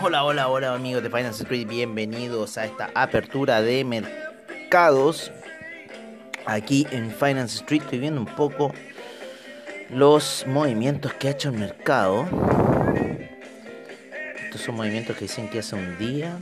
Hola, hola, hola amigos de Finance Street, bienvenidos a esta apertura de mercados. Aquí en Finance Street estoy viendo un poco los movimientos que ha hecho el mercado. Estos son movimientos que dicen que hace un día.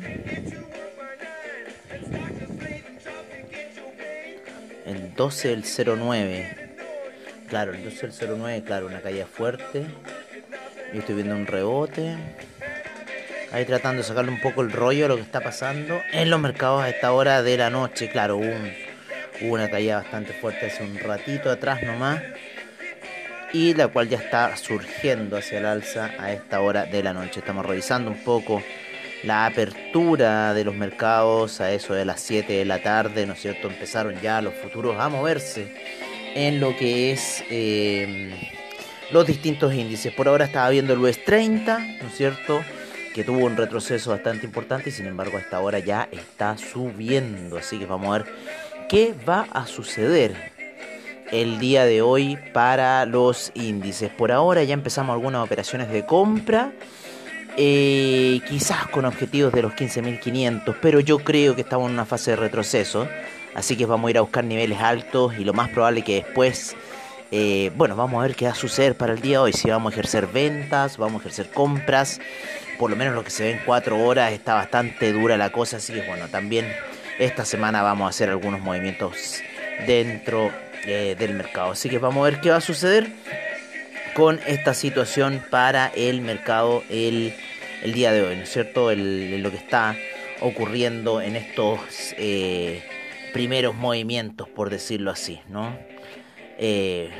El 12 del 09. Claro, el 12 del 09, claro, una caída fuerte. Yo estoy viendo un rebote. Ahí tratando de sacarle un poco el rollo a lo que está pasando en los mercados a esta hora de la noche. Claro, hubo una caída bastante fuerte hace un ratito atrás nomás. Y la cual ya está surgiendo hacia el alza a esta hora de la noche. Estamos revisando un poco la apertura de los mercados a eso de las 7 de la tarde, ¿no es cierto? Empezaron ya los futuros a moverse en lo que es los distintos índices. Por ahora estaba viendo el US 30, ¿no es cierto?, que tuvo un retroceso bastante importante y sin embargo a esta hora ya está subiendo. Así que vamos a ver qué va a suceder el día de hoy para los índices. Por ahora ya empezamos algunas operaciones de compra, quizás con objetivos de los 15.500, pero yo creo que estamos en una fase de retroceso, así que vamos a ir a buscar niveles altos y lo más probable que después, bueno, vamos a ver qué va a suceder para el día de hoy, si vamos a ejercer ventas, vamos a ejercer compras. Por lo menos lo que se ve en 4 horas está bastante dura la cosa, así que bueno, también esta semana vamos a hacer algunos movimientos dentro del mercado. Así que vamos a ver qué va a suceder con esta situación para el mercado el día de hoy, ¿no es cierto? Lo que está ocurriendo en estos primeros movimientos, por decirlo así, ¿no? Eh,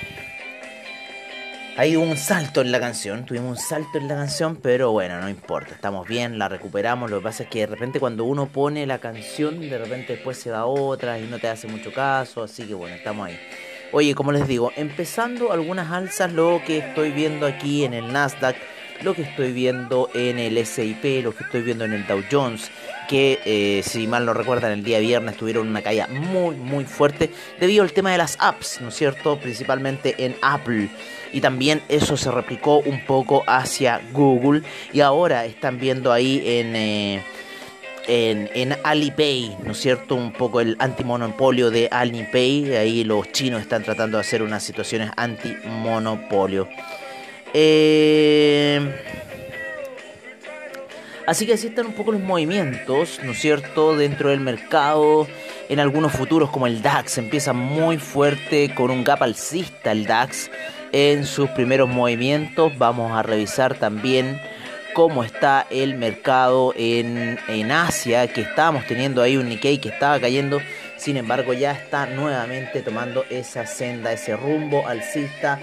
Hay un salto en la canción, tuvimos un salto en la canción, pero bueno, no importa, estamos bien, la recuperamos. Lo que pasa es que de repente cuando uno pone la canción, de repente después se da otra y no te hace mucho caso, así que bueno, estamos ahí. Oye, como les digo, empezando algunas alzas, lo que estoy viendo aquí en el Nasdaq, lo que estoy viendo en el S&P, lo que estoy viendo en el Dow Jones, que si mal no recuerdan el día viernes tuvieron una caída muy fuerte debido al tema de las apps, ¿no es cierto? Principalmente en Apple. Y también eso se replicó un poco hacia Google. Y ahora están viendo ahí en Alipay, ¿no es cierto? Un poco el antimonopolio de Alipay. Ahí los chinos están tratando de hacer unas situaciones antimonopolio. Eh, Así que así están un poco los movimientos, ¿no es cierto?, dentro del mercado. En algunos futuros como el DAX empieza muy fuerte con un gap alcista el DAX en sus primeros movimientos. Vamos a revisar también cómo está el mercado en Asia, que estábamos teniendo ahí un Nikkei que estaba cayendo. Sin embargo ya está nuevamente tomando esa senda, ese rumbo alcista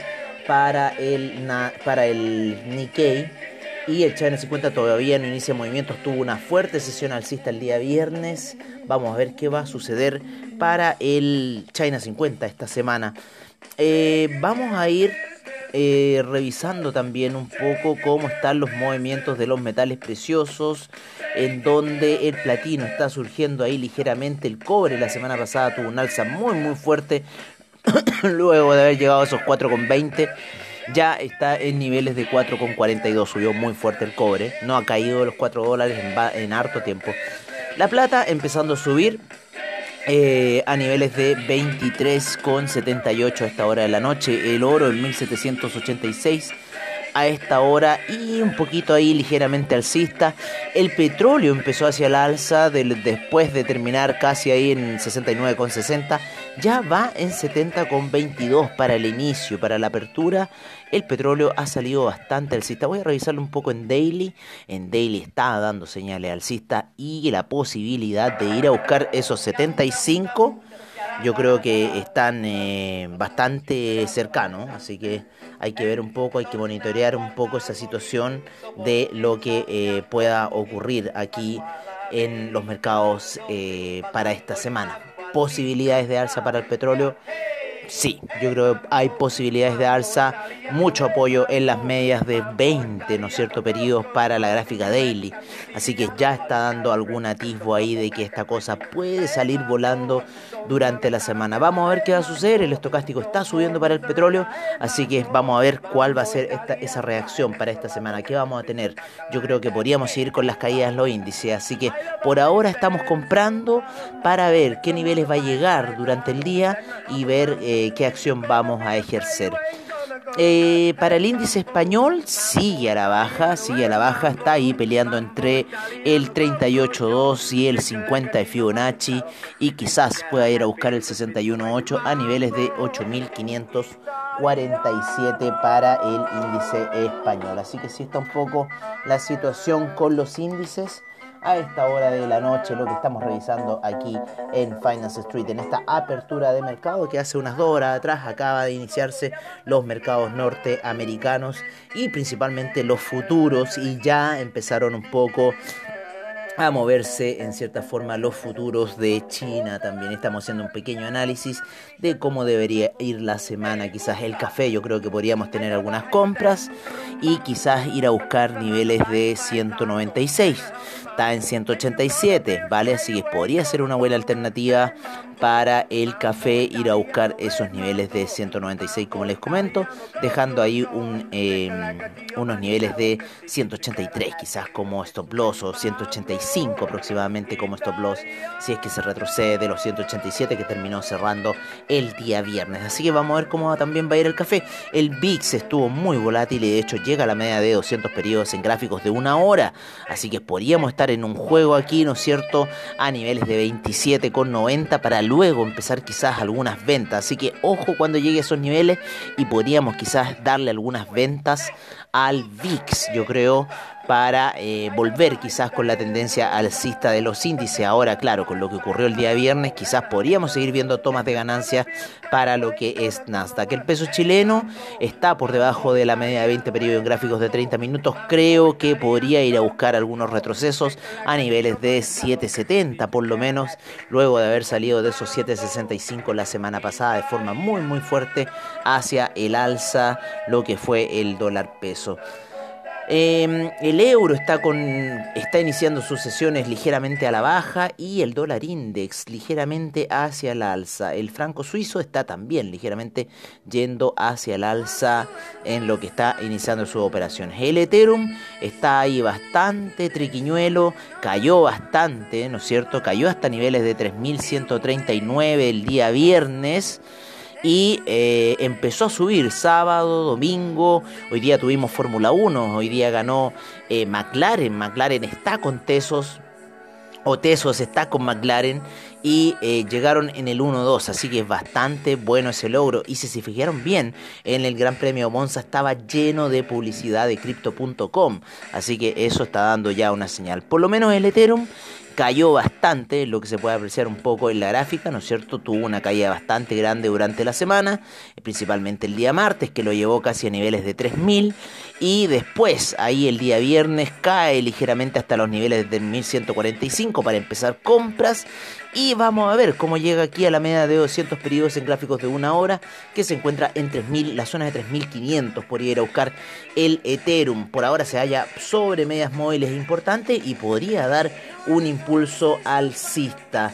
para el Nikkei. Y el China 50 todavía no inicia movimientos, tuvo una fuerte sesión alcista el día viernes. Vamos a ver qué va a suceder para el China 50 esta semana. Vamos a ir revisando también un poco cómo están los movimientos de los metales preciosos, en donde el platino está surgiendo ahí ligeramente. El cobre la semana pasada tuvo un alza muy fuerte, luego de haber llegado a esos 4,20. Ya está en niveles de 4,42. Subió muy fuerte el cobre. No ha caído de los $4 en harto tiempo. La plata empezando a subir a niveles de 23,78 a esta hora de la noche. El oro en 1786 a esta hora y un poquito ahí ligeramente alcista. El petróleo empezó hacia el alza después de terminar casi ahí en 69,60. Ya va en 70,22 para el inicio, para la apertura. El petróleo ha salido bastante alcista. Voy a revisarlo un poco en Daily. En Daily está dando señales alcistas y la posibilidad de ir a buscar esos 75 yo creo que están bastante cercanos, así que hay que ver un poco, hay que monitorear un poco esa situación de lo que pueda ocurrir aquí en los mercados para esta semana. Posibilidades de alza para el petróleo Sí, yo creo que hay posibilidades de alza, mucho apoyo en las medias de 20, ¿no es cierto?, periodos para la gráfica daily. Así que ya está dando algún atisbo ahí de que esta cosa puede salir volando durante la semana. Vamos a ver qué va a suceder, el estocástico está subiendo para el petróleo, así que vamos a ver cuál va a ser esa reacción para esta semana, qué vamos a tener. Yo creo que podríamos seguir con las caídas en los índices, así que por ahora estamos comprando para ver qué niveles va a llegar durante el día y ver qué acción vamos a ejercer. Para el índice español sigue a la baja, está ahí peleando entre el 38.2 y el 50 de Fibonacci y quizás pueda ir a buscar el 61.8 a niveles de 8.547 para el índice español. Así que sí está un poco la situación con los índices a esta hora de la noche, lo que estamos revisando aquí en Finance Street, en esta apertura de mercado que hace unas 2 horas atrás acaba de iniciarse los mercados norteamericanos y principalmente los futuros, y ya empezaron un poco a moverse en cierta forma los futuros de China. También estamos haciendo un pequeño análisis de cómo debería ir la semana. Quizás el café, yo creo que podríamos tener algunas compras y quizás ir a buscar niveles de 196. Está en 187, ¿vale? Así que podría ser una buena alternativa para el café ir a buscar esos niveles de 196, como les comento, dejando ahí unos niveles de 183 quizás como stop loss, o 185 aproximadamente como stop loss, si es que se retrocede de los 187 que terminó cerrando el día viernes. Así que vamos a ver cómo también va a ir el café. El VIX estuvo muy volátil y de hecho llega a la media de 200 periodos en gráficos de 1 hora, así que podríamos estar en un juego aquí, ¿no es cierto?, a niveles de 27,90 para luego empezar quizás algunas ventas. Así que ojo cuando llegue a esos niveles y podríamos quizás darle algunas ventas al VIX, yo creo, para volver quizás con la tendencia alcista de los índices. Ahora, claro, con lo que ocurrió el día viernes, quizás podríamos seguir viendo tomas de ganancias para lo que es Nasdaq. El peso chileno está por debajo de la media de 20 periodos en gráficos de 30 minutos. Creo que podría ir a buscar algunos retrocesos a niveles de 7.70 por lo menos, luego de haber salido de esos 7.65 la semana pasada de forma muy muy fuerte hacia el alza, lo que fue el dólar peso. El euro está iniciando sus sesiones ligeramente a la baja y el dólar index ligeramente hacia el alza. El franco suizo está también ligeramente yendo hacia el alza en lo que está iniciando sus operaciones. El Ethereum está ahí bastante triquiñuelo, cayó bastante, ¿no es cierto? Cayó hasta niveles de 3.139 el día viernes. Y empezó a subir sábado, domingo. Hoy día tuvimos Fórmula 1, hoy día ganó McLaren está con Tesos, o Tesos está con McLaren, y llegaron en el 1-2, así que es bastante bueno ese logro. Y si se fijaron bien, en el Gran Premio Monza estaba lleno de publicidad de Crypto.com, así que eso está dando ya una señal. Por lo menos el Ethereum cayó bastante, lo que se puede apreciar un poco en la gráfica, ¿no es cierto? Tuvo una caída bastante grande durante la semana, principalmente el día martes, que lo llevó casi a niveles de 3.000, y después, ahí el día viernes, cae ligeramente hasta los niveles de 1.145 para empezar compras, y vamos a ver cómo llega aquí a la media de 200 periodos en gráficos de 1 hora, que se encuentra en 3.000, la zona de 3.500, podría ir a buscar el Ethereum. Por ahora se halla sobre medias móviles importantes y podría dar un impulso alcista.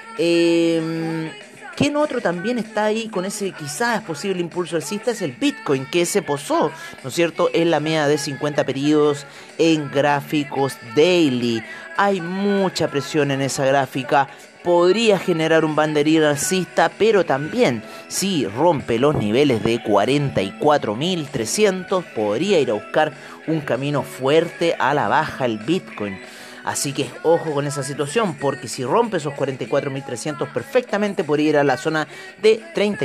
¿Quién otro también está ahí con ese quizás posible impulso alcista? Es el Bitcoin, que se posó, ¿no es cierto?, en la media de 50 periodos en gráficos daily. Hay mucha presión en esa gráfica. Podría generar un banderín alcista, pero también si rompe los niveles de 44.300, podría ir a buscar un camino fuerte a la baja el Bitcoin. Así que ojo con esa situación, porque si rompe esos 44.300 perfectamente podría ir a la zona de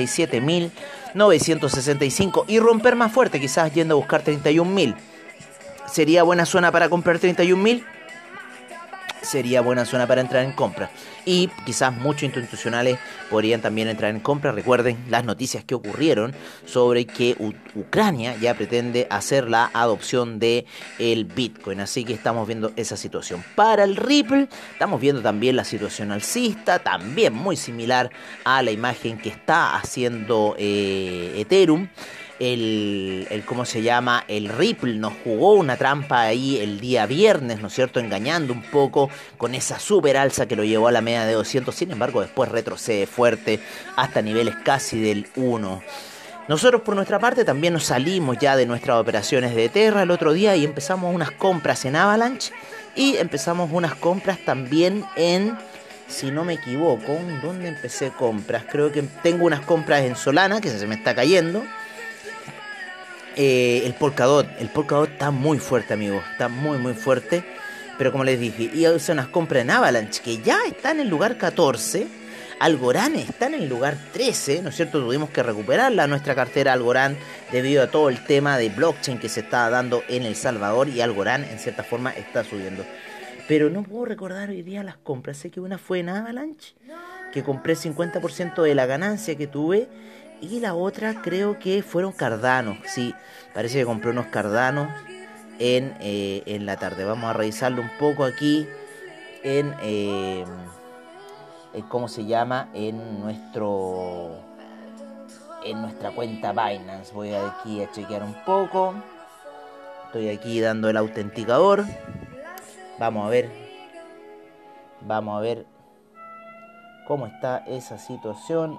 37.965 y romper más fuerte, quizás yendo a buscar 31.000. ¿Sería buena zona para comprar 31.000? sería buena zona para entrar en compra. Y quizás muchos institucionales podrían también entrar en compra. Recuerden las noticias que ocurrieron sobre que Ucrania ya pretende hacer la adopción de el Bitcoin. Así que estamos viendo esa situación. Para el Ripple estamos viendo también la situación alcista, también muy similar a la imagen que está haciendo Ethereum. ¿Cómo se llama? El Ripple nos jugó una trampa ahí el día viernes, ¿no es cierto? Engañando un poco con esa super alza que lo llevó a la media de 200. Sin embargo, después retrocede fuerte hasta niveles casi del 1. Nosotros por nuestra parte también nos salimos ya de nuestras operaciones de Terra el otro día y empezamos unas compras en Avalanche y empezamos unas compras también en... Si no me equivoco, ¿dónde empecé compras? Creo que tengo unas compras en Solana, que se me está cayendo. El Polkadot está muy fuerte, amigos, está muy fuerte. Pero como les dije, hice unas compras en Avalanche que ya está en el lugar 14. Algorand está en el lugar 13, ¿no es cierto? Tuvimos que recuperarla nuestra cartera Algorand debido a todo el tema de blockchain que se está dando en El Salvador, y Algorand en cierta forma está subiendo. Pero no puedo recordar hoy día las compras. Sé que una fue en Avalanche, que compré 50% de la ganancia que tuve. Y la otra creo que fueron Cardano. Sí, parece que compré unos Cardano en la tarde. Vamos a revisarlo un poco aquí en ¿cómo se llama? En nuestra cuenta Binance. Voy aquí a chequear un poco. Estoy aquí dando el autenticador. Vamos a ver cómo está esa situación.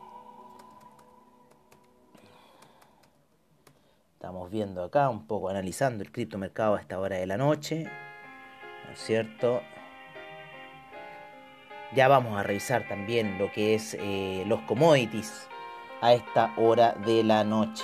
Estamos viendo acá un poco, analizando el criptomercado a esta hora de la noche, ¿no es cierto? Ya vamos a revisar también lo que es los commodities a esta hora de la noche.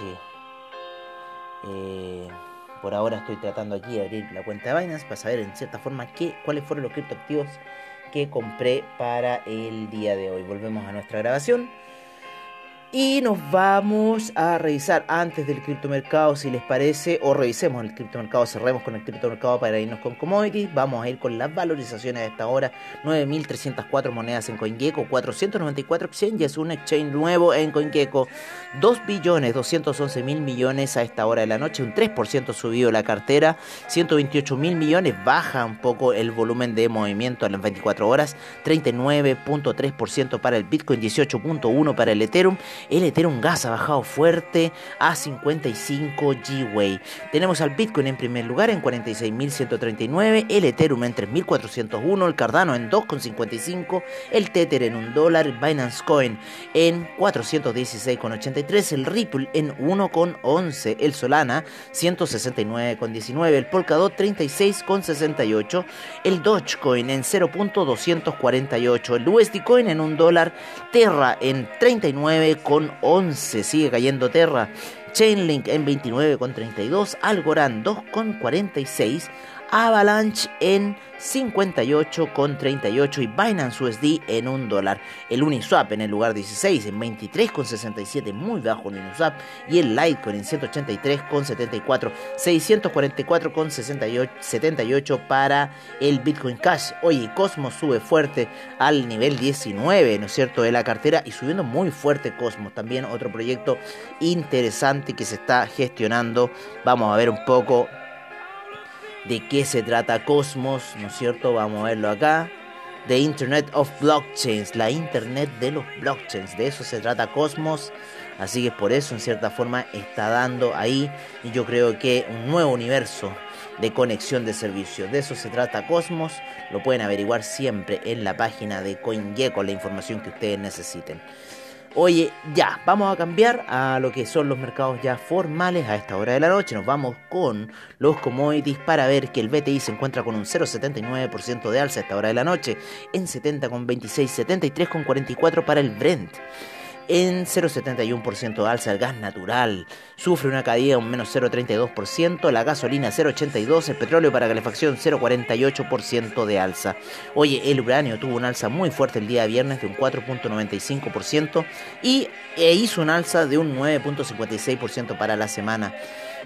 Por ahora estoy tratando aquí de abrir la cuenta de Binance para saber en cierta forma cuáles fueron los criptoactivos que compré para el día de hoy. Volvemos a nuestra grabación. Y nos vamos a revisar antes del criptomercado, si les parece, o revisemos el criptomercado, cerremos con el criptomercado para irnos con commodities. Vamos a ir con las valorizaciones a esta hora. 9.304 monedas en CoinGecko, 494 exchanges, un exchange nuevo en CoinGecko, 2.211.000 millones a esta hora de la noche, un 3% subido la cartera, 128.000 millones, baja un poco el volumen de movimiento a las 24 horas, 39.3% para el Bitcoin, 18.1% para el Ethereum. El Ethereum Gas ha bajado fuerte a 55 GWay. Tenemos al Bitcoin en primer lugar en 46.139, el Ethereum en 3.401, el Cardano en 2,55, el Tether en $1, el Binance Coin en 416,83, el Ripple en 1,11, el Solana 169,19, el Polkadot 36,68, el Dogecoin en 0.248, el USD Coin en $1, Terra en 39,11, sigue cayendo Terra, Chainlink en 29,32, Algorand 2,46, Avalanche en 58,38 y Binance USD en $1. El Uniswap en el lugar 16 en 23,67, muy bajo el Uniswap, y el Litecoin en 183,74, 644,78 para el Bitcoin Cash. Oye, Cosmos sube fuerte al nivel 19, ¿no es cierto?, de la cartera, y subiendo muy fuerte Cosmos, también otro proyecto interesante que se está gestionando. Vamos a ver un poco de qué se trata Cosmos, ¿no es cierto? Vamos a verlo acá. The Internet of Blockchains, la Internet de los blockchains, de eso se trata Cosmos. Así que por eso en cierta forma está dando ahí, y yo creo que un nuevo universo de conexión de servicios. De eso se trata Cosmos. Lo pueden averiguar siempre en la página de CoinGecko, la información que ustedes necesiten. Oye, ya, vamos a cambiar a lo que son los mercados ya formales a esta hora de la noche. Nos vamos con los commodities para ver que el BTI se encuentra con un 0,79% de alza a esta hora de la noche, en 70,26, 73,44 para el Brent. En 0,71% de alza el gas natural, sufre una caída un menos 0,32%, la gasolina 0,82%, el petróleo para calefacción 0,48% de alza. Oye, el uranio tuvo una alza muy fuerte el día viernes de un 4,95% y hizo una alza de un 9,56% para la semana.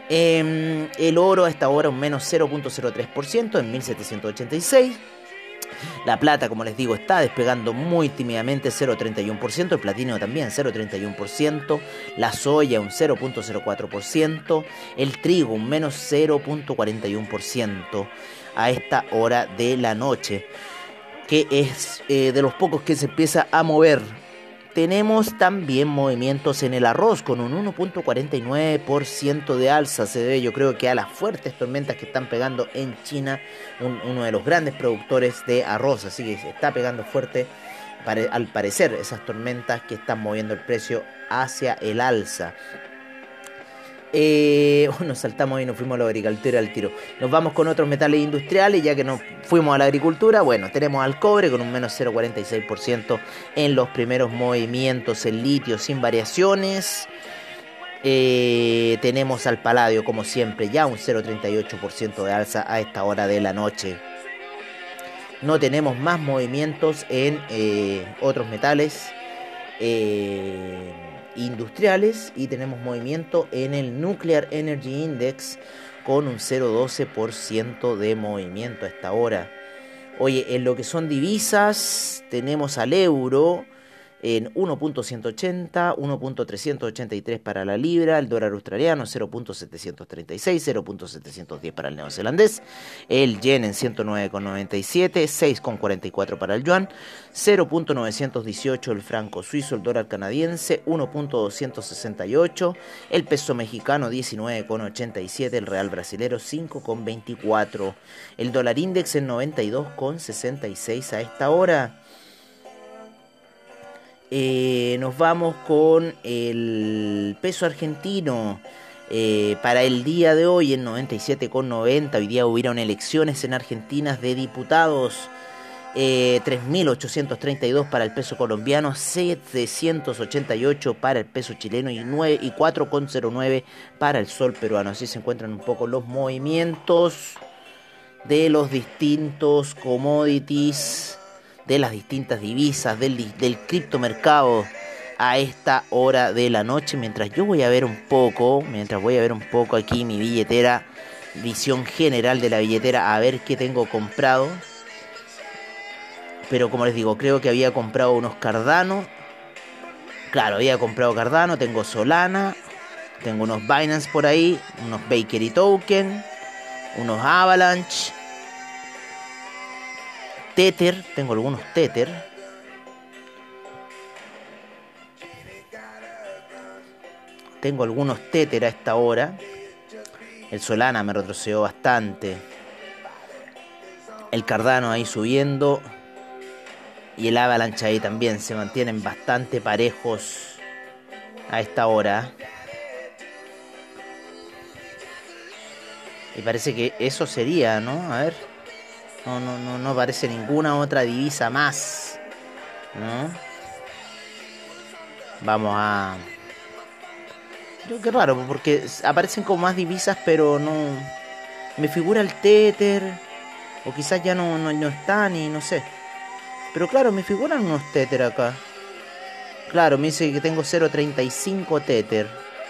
El oro a esta hora un menos 0,03% en 1.786. La plata, como les digo, está despegando muy tímidamente, 0,31%. El platino también, 0,31%. La soya, un 0,04%. El trigo, un menos 0,41% a esta hora de la noche, que es de los pocos que se empieza a mover. Tenemos también movimientos en el arroz con un 1,49% de alza. Se debe, yo creo, que a las fuertes tormentas que están pegando en China, uno de los grandes productores de arroz. Así que se está pegando fuerte, al parecer, esas tormentas que están moviendo el precio hacia el alza. Nos saltamos y nos fuimos a la agricultura al tiro. Nos vamos con otros metales industriales, ya que nos fuimos a la agricultura. Bueno, tenemos al cobre con un menos 0,46% en los primeros movimientos. El litio sin variaciones. Tenemos al paladio, como siempre, ya un 0,38% de alza a esta hora de la noche. No tenemos más movimientos en otros metales industriales, y tenemos movimiento en el Nuclear Energy Index con un 0,12% de movimiento a esta hora. Oye, en lo que son divisas, tenemos al euro en 1.180, 1.383 para la libra, el dólar australiano 0.736, 0.710 para el neozelandés, el yen en 109,97, 6,44 para el yuan, 0.918 el franco suizo, el dólar canadiense 1.268, el peso mexicano 19,87, el real brasilero 5,24, el dólar index en 92,66 a esta hora. Nos vamos con el peso argentino. Para el día de hoy en 97,90. Hoy día hubieron elecciones en Argentina de diputados. 3.832 para el peso colombiano, 788 para el peso chileno y 4,09 para el sol peruano. Así se encuentran un poco los movimientos de los distintos commodities, de las distintas divisas, del criptomercado a esta hora de la noche. Mientras voy a ver un poco aquí mi billetera, visión general de la billetera, a ver qué tengo comprado. Pero como les digo, creo que había comprado unos Cardano. Claro, había comprado Cardano, tengo Solana, tengo unos Binance por ahí, unos Bakery Token, unos Avalanche, Tether, tengo algunos Tether. Tengo algunos Tether a esta hora. El Solana me retrocedió bastante. El Cardano ahí subiendo. Y el Avalanche ahí también. Se mantienen bastante parejos a esta hora. Y parece que eso sería, ¿no? A ver. No aparece ninguna otra divisa más, ¿no? Vamos a... Qué raro, porque aparecen como más divisas, pero no... Me figura el Tether, o quizás ya no están y no sé. Pero claro, me figuran unos Tether acá. Claro, me dice que tengo 0.35 Tether.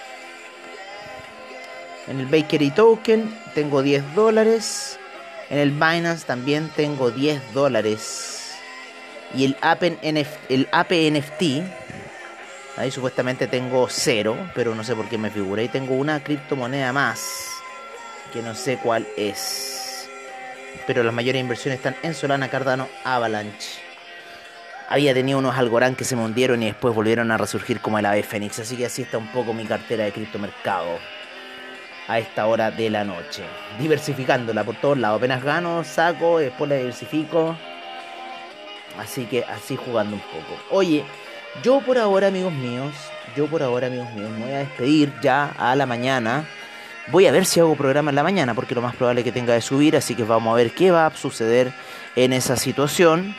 En el Bakery Token tengo $10. En el Binance también tengo $10. Y el APNFT, ahí supuestamente tengo 0, pero no sé por qué me figura. Ahí tengo una criptomoneda más, que no sé cuál es. Pero las mayores inversiones están en Solana, Cardano, Avalanche. Había tenido unos Algorand que se me hundieron y después volvieron a resurgir como el ave fénix. Así que así está un poco mi cartera de criptomercado a esta hora de la noche, diversificándola por todos lados. Apenas gano, saco, después la diversifico. Así que así jugando un poco. Oye, yo por ahora, amigos míos, me voy a despedir ya a la mañana. Voy a ver si hago programa en la mañana, porque lo más probable es que tenga de subir. Así que vamos a ver qué va a suceder en esa situación.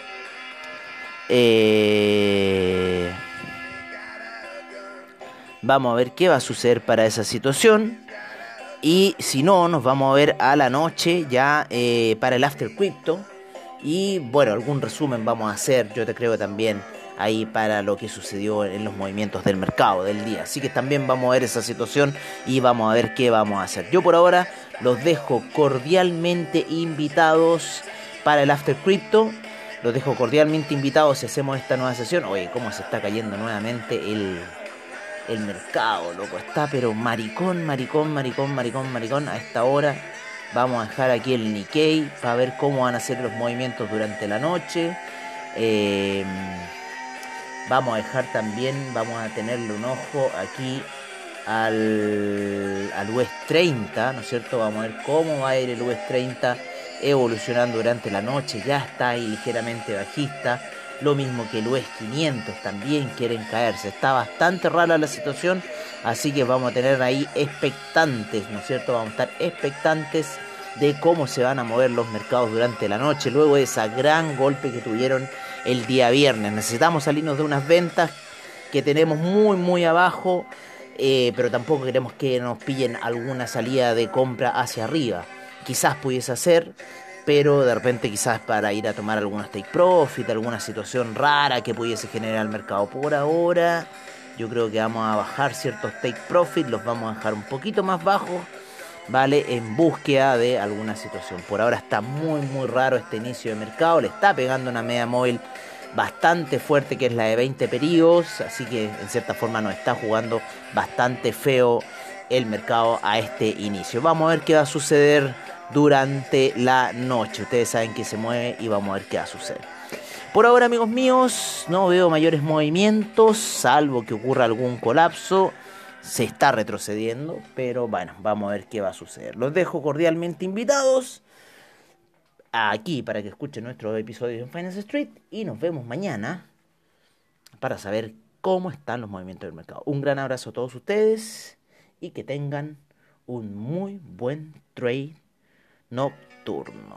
Vamos a ver qué va a suceder para esa situación. Y si no, nos vamos a ver a la noche ya para el After Crypto. Y bueno, algún resumen vamos a hacer, yo te creo también, ahí para lo que sucedió en los movimientos del mercado del día. Así que también vamos a ver esa situación y vamos a ver qué vamos a hacer. Yo por ahora los dejo cordialmente invitados para el After Crypto. Los dejo cordialmente invitados si hacemos esta nueva sesión. Oye, cómo se está cayendo nuevamente el mercado, loco. Está pero maricón, maricón, maricón, maricón, maricón a esta hora. Vamos a dejar aquí el Nikkei para ver cómo van a ser los movimientos durante la noche. Vamos a dejar también, vamos a tenerle un ojo aquí al US 30, ¿no es cierto? Vamos a ver cómo va a ir el US 30 evolucionando durante la noche. Ya está ahí ligeramente bajista. Lo mismo que el US 500 también quieren caerse. Está bastante rara la situación. Así que vamos a tener ahí expectantes, ¿no es cierto? Vamos a estar expectantes de cómo se van a mover los mercados durante la noche. Luego de ese gran golpe que tuvieron el día viernes. Necesitamos salirnos de unas ventas que tenemos muy abajo. Pero tampoco queremos que nos pillen alguna salida de compra hacia arriba. Quizás pudiese hacer, pero de repente quizás para ir a tomar algunos take profit, alguna situación rara que pudiese generar el mercado. Por ahora yo creo que vamos a bajar ciertos take profit, los vamos a dejar un poquito más bajos, ¿vale? En búsqueda de alguna situación. Por ahora está muy raro este inicio de mercado, le está pegando una media móvil bastante fuerte que es la de 20 periodos, así que en cierta forma nos está jugando bastante feo el mercado a este inicio. Vamos a ver qué va a suceder durante la noche. Ustedes saben que se mueve y vamos a ver qué va a suceder. Por ahora, amigos míos, no veo mayores movimientos, salvo que ocurra algún colapso. Se está retrocediendo, pero bueno, vamos a ver qué va a suceder. Los dejo cordialmente invitados aquí para que escuchen nuestros episodios en Finance Street y nos vemos mañana para saber cómo están los movimientos del mercado. Un gran abrazo a todos ustedes y que tengan un muy buen trade nocturno.